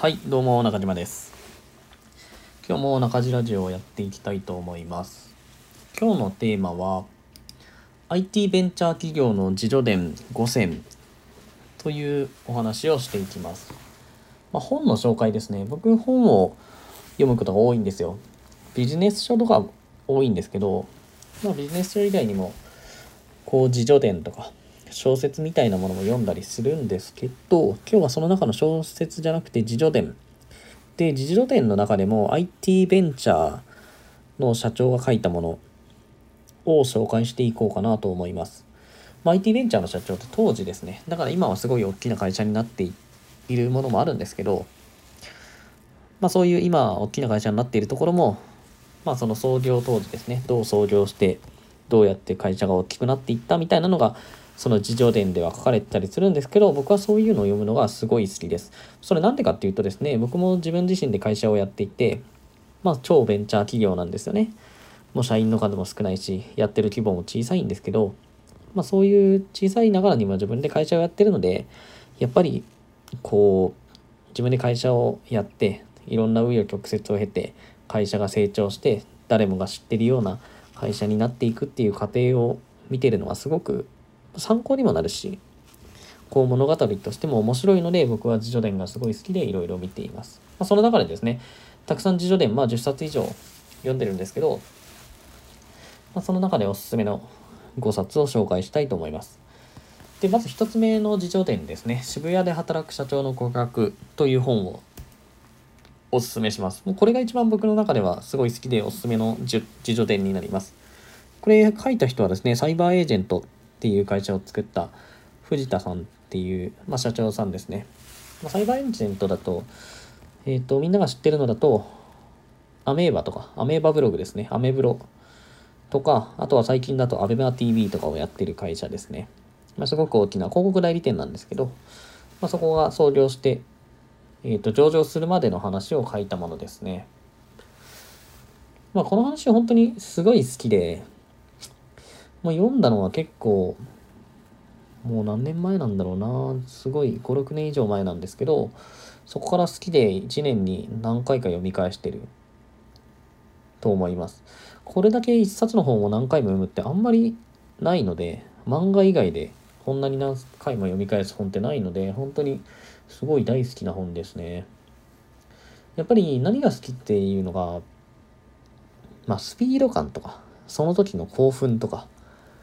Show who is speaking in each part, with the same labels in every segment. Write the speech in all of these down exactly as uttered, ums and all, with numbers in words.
Speaker 1: はい、どうも中島です。今日も中島ラジオをやっていきたいと思います。今日のテーマは アイティー ベンチャー企業の自助伝ご選というお話をしていきます。まあ、本の紹介ですね。僕本を読むことが多いんですよ。ビジネス書とか多いんですけど、まあ、ビジネス書以外にもこう自助伝とか小説みたいなものも読んだりするんですけど、今日はその中の小説じゃなくて自助伝で、自助伝の中でも アイティー ベンチャーの社長が書いたものを紹介していこうかなと思います。まあ、アイティー ベンチャーの社長って当時ですね、だから今はすごい大きな会社になっているものもあるんですけど、まあそういう今大きな会社になっているところも、まあその創業当時ですね、どう創業してどうやって会社が大きくなっていったみたいなのがその自助伝では書かれてたりするんですけど、僕はそういうのを読むのがすごい好きです。それなんでかっていうとですね、僕も自分自身で会社をやっていて、まあ超ベンチャー企業なんですよね。もう社員の数も少ないし、やってる規模も小さいんですけど、まあそういう小さいながらにも自分で会社をやってるので、やっぱりこう自分で会社をやっていろんな紆余曲折を経て会社が成長して誰もが知ってるような会社になっていくっていう過程を見てるのはすごく参考にもなるし、こう物語としても面白いので、僕は自助伝がすごい好きでいろいろ見ています。まあ、その中でですね、たくさん自助伝、まあじゅっさつ以上読んでるんですけど、まあ、その中でおすすめのごさつを紹介したいと思います。で、まずひとつめの自助伝ですね、渋谷で働く社長の告白という本をおすすめします。もうこれが一番僕の中ではすごい好きでおすすめの自助伝になります。これ書いた人はですね、サイバーエージェントっていう会社を作った藤田さんっていう、まあ、社長さんですね。まあ、サイバーエージェントだと、えっと、みんなが知ってるのだと、アメーバとか、アメーバブログですね、アメブロとか、あとは最近だとアベマ ティーブイ とかをやってる会社ですね。まあ、すごく大きな広告代理店なんですけど、まあ、そこが創業して、えっと、上場するまでの話を書いたものですね。まあ、この話は本当にすごい好きで、まあ、読んだのは結構、もう何年前なんだろうな、すごいご、ろくねん以上前なんですけど、そこから好きでいちねんに何回か読み返してると思います。これだけ一冊の本を何回も読むってあんまりないので、漫画以外でこんなに何回も読み返す本ってないので、本当にすごい大好きな本ですね。やっぱり何が好きっていうのが、まあスピード感とか、その時の興奮とか、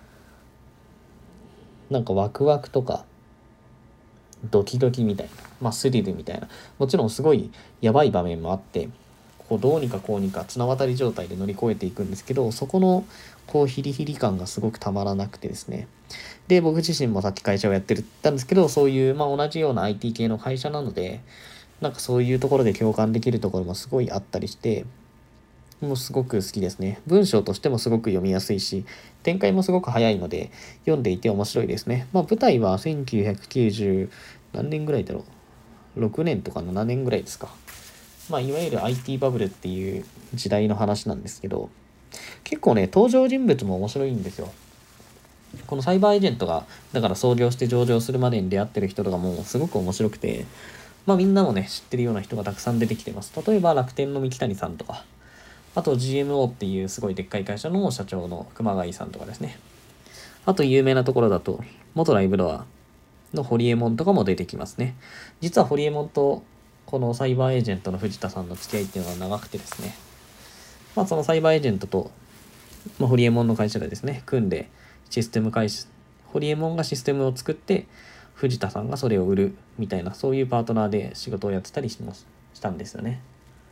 Speaker 1: なんかワクワクとか、ドキドキみたいな、まあスリルみたいな、もちろんすごいやばい場面もあって、こうどうにかこうにか綱渡り状態で乗り越えていくんですけど、そこのこうヒリヒリ感がすごくたまらなくてですね。で、僕自身もさっき会社をやってるって言ったんですけど、そういうまあ同じような アイティー 系の会社なので、なんかそういうところで共感できるところもすごいあったりして、もうすごく好きですね。文章としてもすごく読みやすいし、展開もすごく早いので、読んでいて面白いですね。まあ舞台はせんきゅうひゃくきゅうじゅう何年ぐらいだろう。ろくねんとかななねんぐらいですか。まあいわゆる アイティー バブルっていう時代の話なんですけど、結構ね、登場人物も面白いんですよ。このサイバーエージェントが、だから創業して上場するまでに出会ってる人とかもすごく面白くて、まあみんなもね、知ってるような人がたくさん出てきてます。例えば楽天の三木谷さんとか、あと ジーエムオー っていうすごいでっかい会社の社長の熊谷さんとかですね。あと有名なところだと、元ライブドアのホリエモンとかも出てきますね。実はホリエモンとこのサイバーエージェントの藤田さんの付き合いっていうのは長くてですね。まあそのサイバーエージェントと、まあ、ホリエモンの会社でですね、組んでシステム開始、ホリエモンがシステムを作って藤田さんがそれを売るみたいな、そういうパートナーで仕事をやってたりします、したんですよね。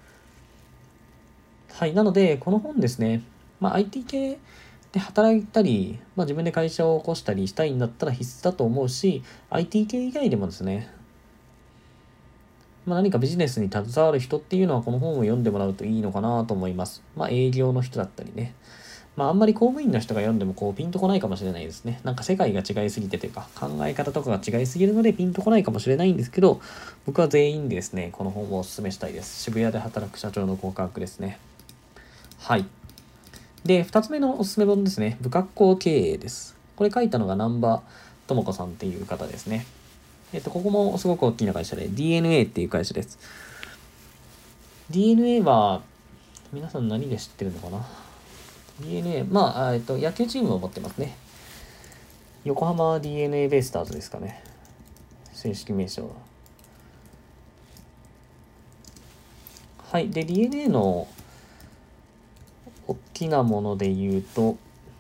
Speaker 1: はい。なので、この本ですね、まあ、アイティー 系で働いたり、まあ、自分で会社を起こしたりしたいんだったら必須だと思うし、アイティー 系以外でもですね、まあ、何かビジネスに携わる人っていうのはこの本を読んでもらうといいのかなと思います。まあ、営業の人だったりね。まあ、あんまり公務員の人が読んでもこうピンとこないかもしれないですね。なんか世界が違いすぎてというか、考え方とかが違いすぎるのでピンとこないかもしれないんですけど、僕は全員でですね、この本をお勧めしたいです。渋谷で働く社長の告白ですね。はい。で、二つ目のおすすめ本ですね。不格好経営です。これ書いたのが南波智子さんっていう方ですね。えっと、ここもすごく大きな会社で ディーエヌエー っていう会社です。 ディーエヌエー は、皆さん何で知ってるのかな？ ディーエヌエー、まあ、えっと、野球チームを持ってますね。横浜 ディーエヌエー ベイスターズですかね。正式名称は。はい。で、ディーエヌエー の大きなもので言うと、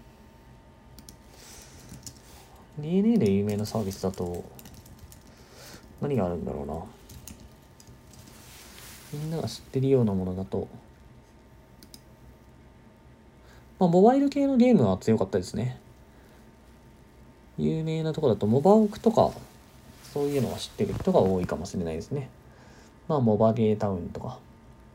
Speaker 1: ディーエヌエー で有名なサービスだと、何があるんだろうな。みんなが知ってるようなものだと、まあ、モバイル系のゲームは強かったですね。有名なところだと、モバオクとか、そういうのは知ってる人が多いかもしれないですね。まあ、モバゲータウンとか。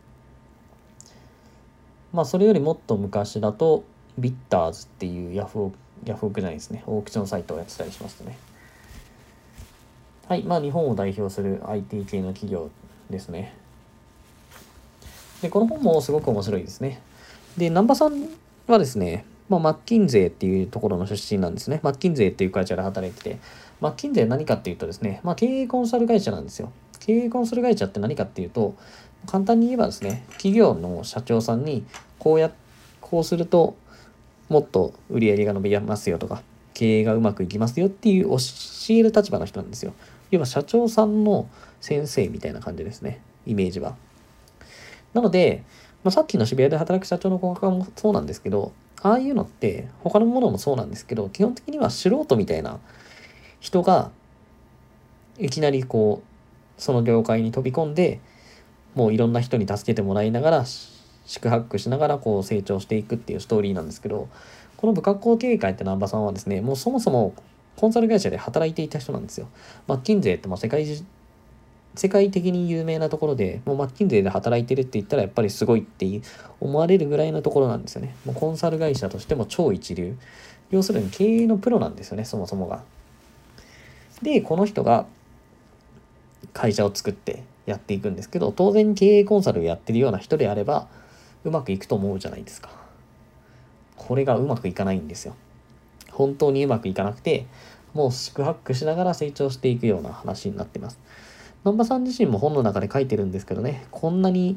Speaker 1: まあ、それよりもっと昔だと、ビッターズっていうヤフオク、ヤフオクじゃないですね。オークションサイトをやってたりしますね。はい。まあ、日本を代表する アイティー 系の企業ですね。で、この本もすごく面白いですね。で、南波さんはですね、まあ、マッキンゼーっていうところの出身なんですね。マッキンゼーっていう会社で働いてて、マッキンゼー何かっていうとですね、まあ、経営コンサル会社なんですよ。経営コンサル会社って何かっていうと、簡単に言えばですね、企業の社長さんに、こうや、こうすると、もっと売り上げが伸びますよとか、経営がうまくいきますよっていう教える立場の人なんですよ。要は社長さんの先生みたいな感じですね、イメージは。なので、まあ、さっきの渋谷で働く社長の合格もそうなんですけど、ああいうのって他のものもそうなんですけど、基本的には素人みたいな人がいきなりこう、その業界に飛び込んで、もういろんな人に助けてもらいながら、四苦八苦しながらこう成長していくっていうストーリーなんですけど、この不格好経営会って南波さんはですね、もうそもそもコンサル会社で働いていた人なんですよ。マッキンゼーってまあ世界中世界的に有名なところで、もうマッキンゼーで働いてるって言ったらやっぱりすごいって思われるぐらいのところなんですよね。もうコンサル会社としても超一流。要するに経営のプロなんですよね、そもそもが。で、この人が会社を作ってやっていくんですけど、当然経営コンサルをやってるような人であれば、うまくいくと思うじゃないですか。これがうまくいかないんですよ。本当にうまくいかなくて、もう四苦八苦しながら成長していくような話になってます。南波さん自身も本の中で書いてるんですけどね、こんなに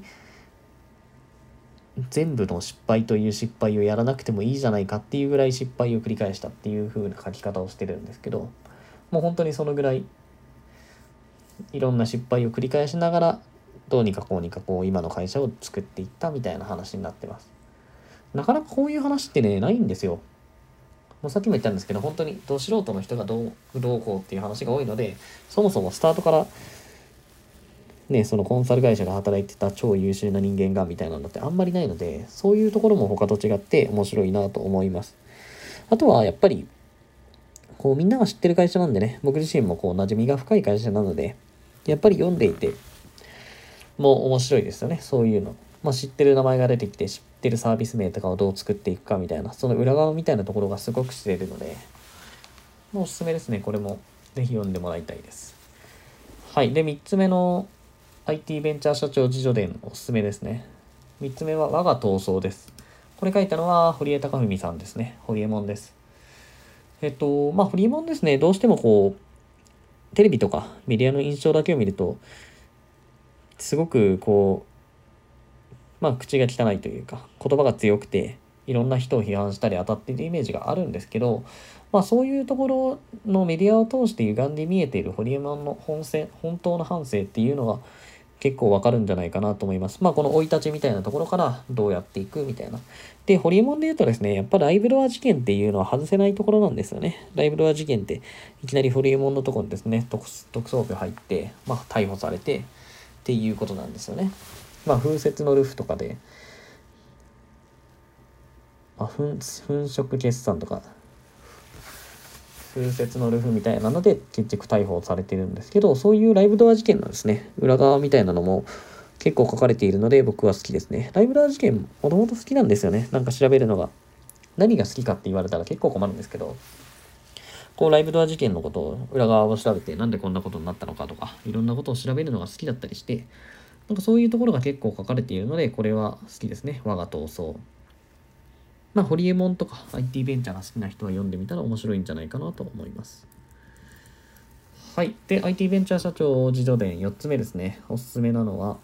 Speaker 1: 全部の失敗という失敗をやらなくてもいいじゃないかっていうぐらい失敗を繰り返したっていう風な書き方をしてるんですけど、もう本当にそのぐらいいろんな失敗を繰り返しながら、どうにかこうにかこう今の会社を作っていったみたいな話になってます。なかなかこういう話ってね、ないんですよ。もうさっきも言ったんですけど、本当にど素人の人がどうどうこうっていう話が多いので、そもそもスタートからね、そのコンサル会社が働いてた超優秀な人間がみたいなのってあんまりないので、そういうところも他と違って面白いなと思います。あとはやっぱり、こうみんなが知ってる会社なんでね、僕自身もこう馴染みが深い会社なので、やっぱり読んでいて、もう面白いですよね、そういうの。まあ、知ってる名前が出てきて、知ってるサービス名とかをどう作っていくかみたいな、その裏側みたいなところがすごく知れるので、もうおすすめですね。これもぜひ読んでもらいたいです。はい。で、みっつめの アイティー ベンチャー社長自叙伝おすすめですね。みっつめは我が闘争です。これ書いたのは堀江貴文さんですね。堀江門です。えっと、まあ、堀江門ですね。どうしてもこう、テレビとかメディアの印象だけを見ると、すごくこう、まあ、口が汚いというか、言葉が強くて、いろんな人を批判したり当たっているイメージがあるんですけど、まあ、そういうところのメディアを通して歪んで見えている堀江門の本性、本当の反省っていうのが結構わかるんじゃないかなと思います。まあ、この生い立ちみたいなところからどうやっていくみたいな。で、ホリエモンで言うとですね、やっぱライブドア事件っていうのは外せないところなんですよね。ライブドア事件っていきなりホリエモンのところにですね、特特捜部入って、まあ、逮捕されてっていうことなんですよね。まあ、風雪のルフとかで、まあ、粉粉飾決算とか、風雪のルフみたいなので結局逮捕されてるんですけど、そういうライブドア事件なんですね。裏側みたいなのも結構書かれているので僕は好きですね。ライブドア事件もともと好きなんですよね。なんか調べるのが。何が好きかって言われたら結構困るんですけど、こうライブドア事件のことを裏側を調べてなんでこんなことになったのかとか、いろんなことを調べるのが好きだったりして、なんかそういうところが結構書かれているので、これは好きですね。我が闘争。まあ、ホリエモンとか アイティー ベンチャーが好きな人は読んでみたら面白いんじゃないかなと思います。はい。で、アイティー ベンチャー社長自叙伝よっつめですね。おすすめなのは、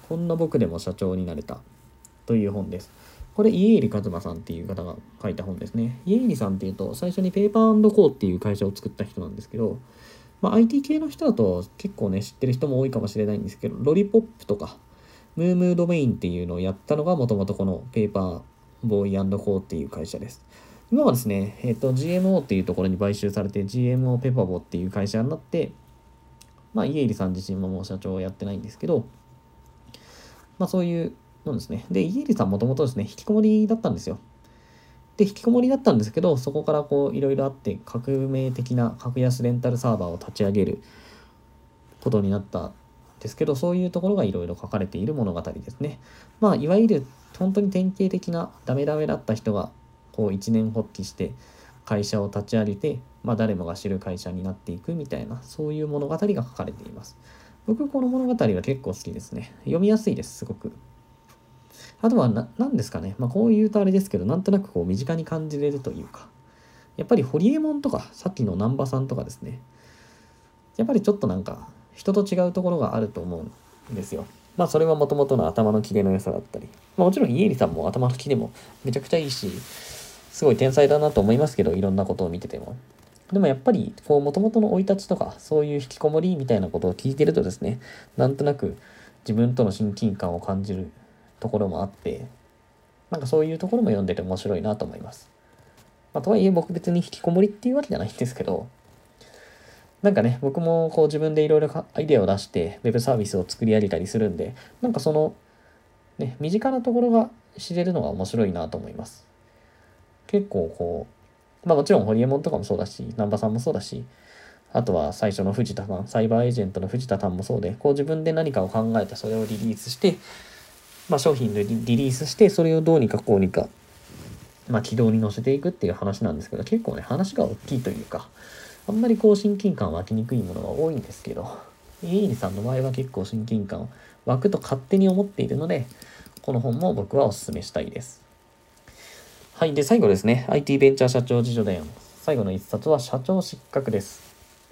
Speaker 1: こんな僕でも社長になれたという本です。これ家入一馬さんっていう方が書いた本ですね。家入さんっていうと最初にペーパー&コーっていう会社を作った人なんですけど、まあ、アイティー 系の人だと結構ね知ってる人も多いかもしれないんですけど、ロリポップとかムームードメインっていうのをやったのがもともとこのペーパーボーイ&コーっていう会社です。今はですね、えっと ジーエムオー っていうところに買収されて ジーエムオー ペパボっていう会社になって、まあ家入さん自身ももう社長をやってないんですけど、まあそういうのですね。で、家入さんもともとですね、引きこもりだったんですよ。で、引きこもりだったんですけど、そこからこういろいろあって革命的な格安レンタルサーバーを立ち上げることになったんですけど、そういうところがいろいろ書かれている物語ですね。まあいわゆる本当に典型的なダメダメだった人がこう一年発起して会社を立ち上げて、まあ誰もが知る会社になっていくみたいな、そういう物語が書かれています。僕この物語は結構好きですね。読みやすいです、すごく。あとはな、なんですかね。まあこう言うとあれですけど、なんとなくこう身近に感じれるというか、やっぱりホリエモンとか、さっきの南波さんとかですね。やっぱりちょっとなんか、人と違うところがあると思うんですよ。まあそれはもともとの頭の切れの良さだったり。まあもちろん家入さんも頭の切れもめちゃくちゃいいし、すごい天才だなと思いますけど、いろんなことを見てても。でもやっぱり、こう、もともとの生い立ちとか、そういう引きこもりみたいなことを聞いてるとですね、なんとなく自分との親近感を感じるところもあって、なんかそういうところも読んでて面白いなと思います。まあ、とはいえ僕別に引きこもりっていうわけじゃないんですけど、なんかね、僕もこう自分でいろいろアイデアを出して、ウェブサービスを作り上げたりするんで、なんかその、ね、身近なところが知れるのが面白いなと思います。結構こう、まあもちろんホリエモンとかもそうだし、南波さんもそうだし、あとは最初の藤田さん、サイバーエージェントの藤田さんもそうで、こう自分で何かを考えてそれをリリースして、まあ商品でリリースして、それをどうにかこうにか、まあ軌道に乗せていくっていう話なんですけど、結構ね、話が大きいというか、あんまりこう親近感湧きにくいものが多いんですけど、家入さんの場合は結構親近感湧くと勝手に思っているので、この本も僕はお勧めしたいです。はい。で、最後ですね。アイティー ベンチャー社長自助伝。最後の一冊は社長失格です。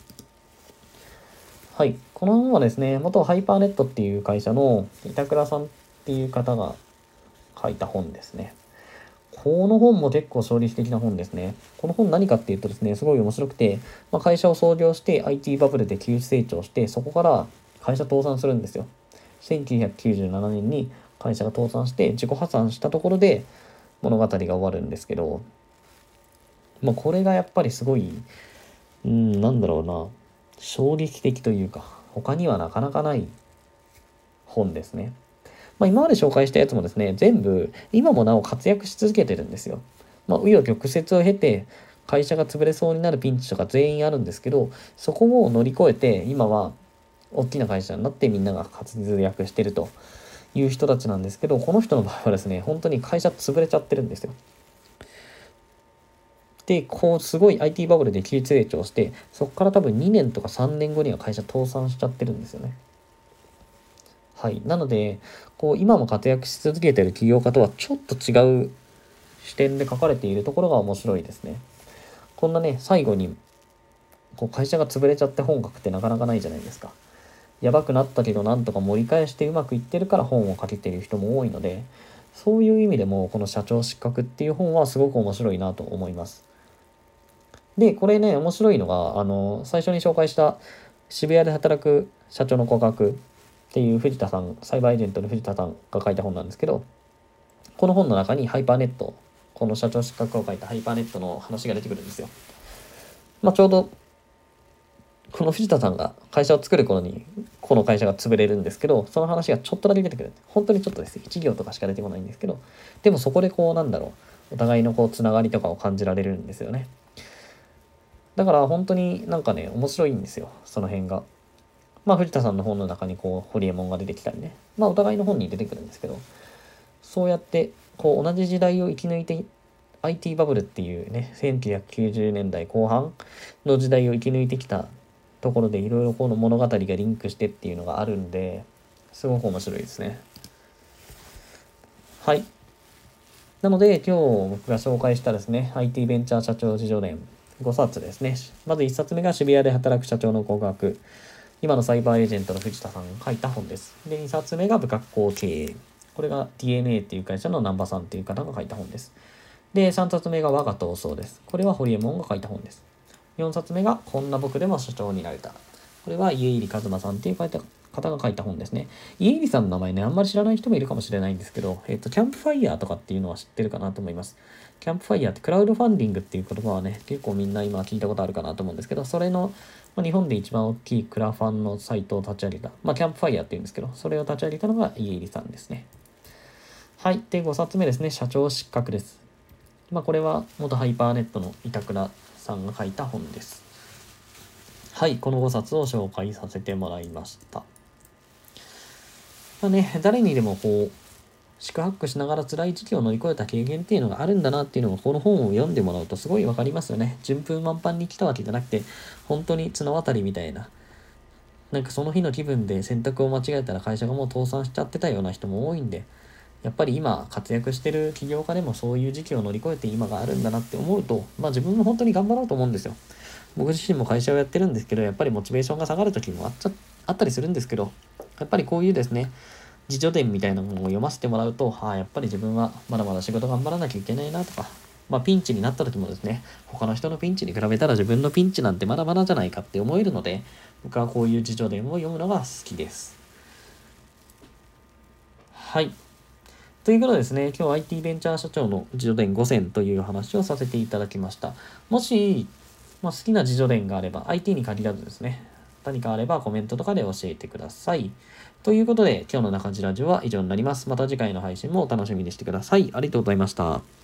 Speaker 1: はい。この本はですね、元ハイパーネットっていう会社の板倉さんっていう方が書いた本ですね。この本も結構衝撃的な本ですね。この本何かっていうとですね、すごい面白くて、まあ、会社を創業して アイティー バブルで急成長して、そこから会社倒産するんですよ。せんきゅうひゃくきゅうじゅうななねんに会社が倒産して自己破産したところで物語が終わるんですけど、まあ、これがやっぱりすごい、うん、なんだろうな、衝撃的というか、他にはなかなかない本ですね。まあ、今まで紹介したやつもですね、全部今もなお活躍し続けてるんですよ。まあ、紆余曲折を経て、会社が潰れそうになるピンチとか全員あるんですけど、そこを乗り越えて、今は大きな会社になってみんなが活躍してるという人たちなんですけど、この人の場合はですね、本当に会社潰れちゃってるんですよ。で、こう、すごい アイティー バブルで急成長して、そこから多分にねんとかさんねんごには会社倒産しちゃってるんですよね。はい。なので、こう、今も活躍し続けている起業家とはちょっと違う視点で書かれているところが面白いですね。こんなね、最後に、こう、会社が潰れちゃって本書くってなかなかないじゃないですか。やばくなったけど、なんとか盛り返してうまくいってるから本を書けている人も多いので、そういう意味でも、この社長失格っていう本はすごく面白いなと思います。で、これね、面白いのが、あの、最初に紹介した渋谷で働く社長の告白っていう藤田さん、サイバーエージェントの藤田さんが書いた本なんですけど、この本の中にハイパーネット、この社長失格を書いたハイパーネットの話が出てくるんですよ。まあ、ちょうど、この藤田さんが会社を作る頃に、この会社が潰れるんですけど、その話がちょっとだけ出てくる。本当にちょっとですね。いち行とかしか出てこないんですけど、でもそこでこう、なんだろう、お互いのこう、つながりとかを感じられるんですよね。だから本当になんかね、面白いんですよ、その辺が。まあ藤田さんの本の中にこう、ホリエモンが出てきたりね。まあお互いの本に出てくるんですけど、そうやってこう同じ時代を生き抜いて、アイティー バブルっていうね、せんきゅうひゃくきゅうじゅうねんだいこう半の時代を生き抜いてきたところでいろいろこの物語がリンクしてっていうのがあるんで、すごく面白いですね。はい。なので今日僕が紹介したですね、アイティー ベンチャー社長自助伝ごさつですね。まずいっさつめが渋谷で働く社長の告白。 今のサイバーエージェントの藤田さんが書いた本です。で、にさつめが不格好経営。これが ディーエヌエー っていう会社の南波さんっていう方が書いた本です。で、さんさつめが我が闘争です。これはホリエモンが書いた本です。よんさつめがこんな僕でも社長になれた。これは家入一馬さんっていう方が書いた本ですね。家入さんの名前ね、あんまり知らない人もいるかもしれないんですけど、えっと、キャンプファイヤーとかっていうのは知ってるかなと思います。キャンプファイヤーってクラウドファンディングっていう言葉はね、結構みんな今聞いたことあるかなと思うんですけど、それの、まあ、日本で一番大きいクラファンのサイトを立ち上げた、まあ、キャンプファイヤーっていうんですけど、それを立ち上げたのが家入さんですね。はい。で、ごさつめですね、社長失格です。まあ、これは元ハイパーネットの板倉さんが書いた本です。はい。このごさつを紹介させてもらいました。まあね、誰にでもこう、四苦八苦しながら辛い時期を乗り越えた経験っていうのがあるんだなっていうのがこの本を読んでもらうとすごいわかりますよね。順風満帆に来たわけじゃなくて、本当に綱渡りみたいな。なんかその日の気分で選択を間違えたら会社がもう倒産しちゃってたような人も多いんで、やっぱり今活躍してる起業家でもそういう時期を乗り越えて今があるんだなって思うと、まあ自分も本当に頑張ろうと思うんですよ。僕自身も会社をやってるんですけど、やっぱりモチベーションが下がる時もあっちゃ、あったりするんですけど、やっぱりこういうですね、自助伝みたいなものを読ませてもらうと、ああ、やっぱり自分はまだまだ仕事頑張らなきゃいけないなとか、まあピンチになった時もですね、他の人のピンチに比べたら自分のピンチなんてまだまだじゃないかって思えるので、僕はこういう自助伝を読むのが好きです。はい。ということでですね、今日 アイティー ベンチャー社長の自助伝ごせんという話をさせていただきました。もし、まあ、好きな自助伝があれば、アイティー に限らずですね、何かあればコメントとかで教えてください。ということで、今日の中地ラジオは以上になります。また次回の配信もお楽しみにしてください。ありがとうございました。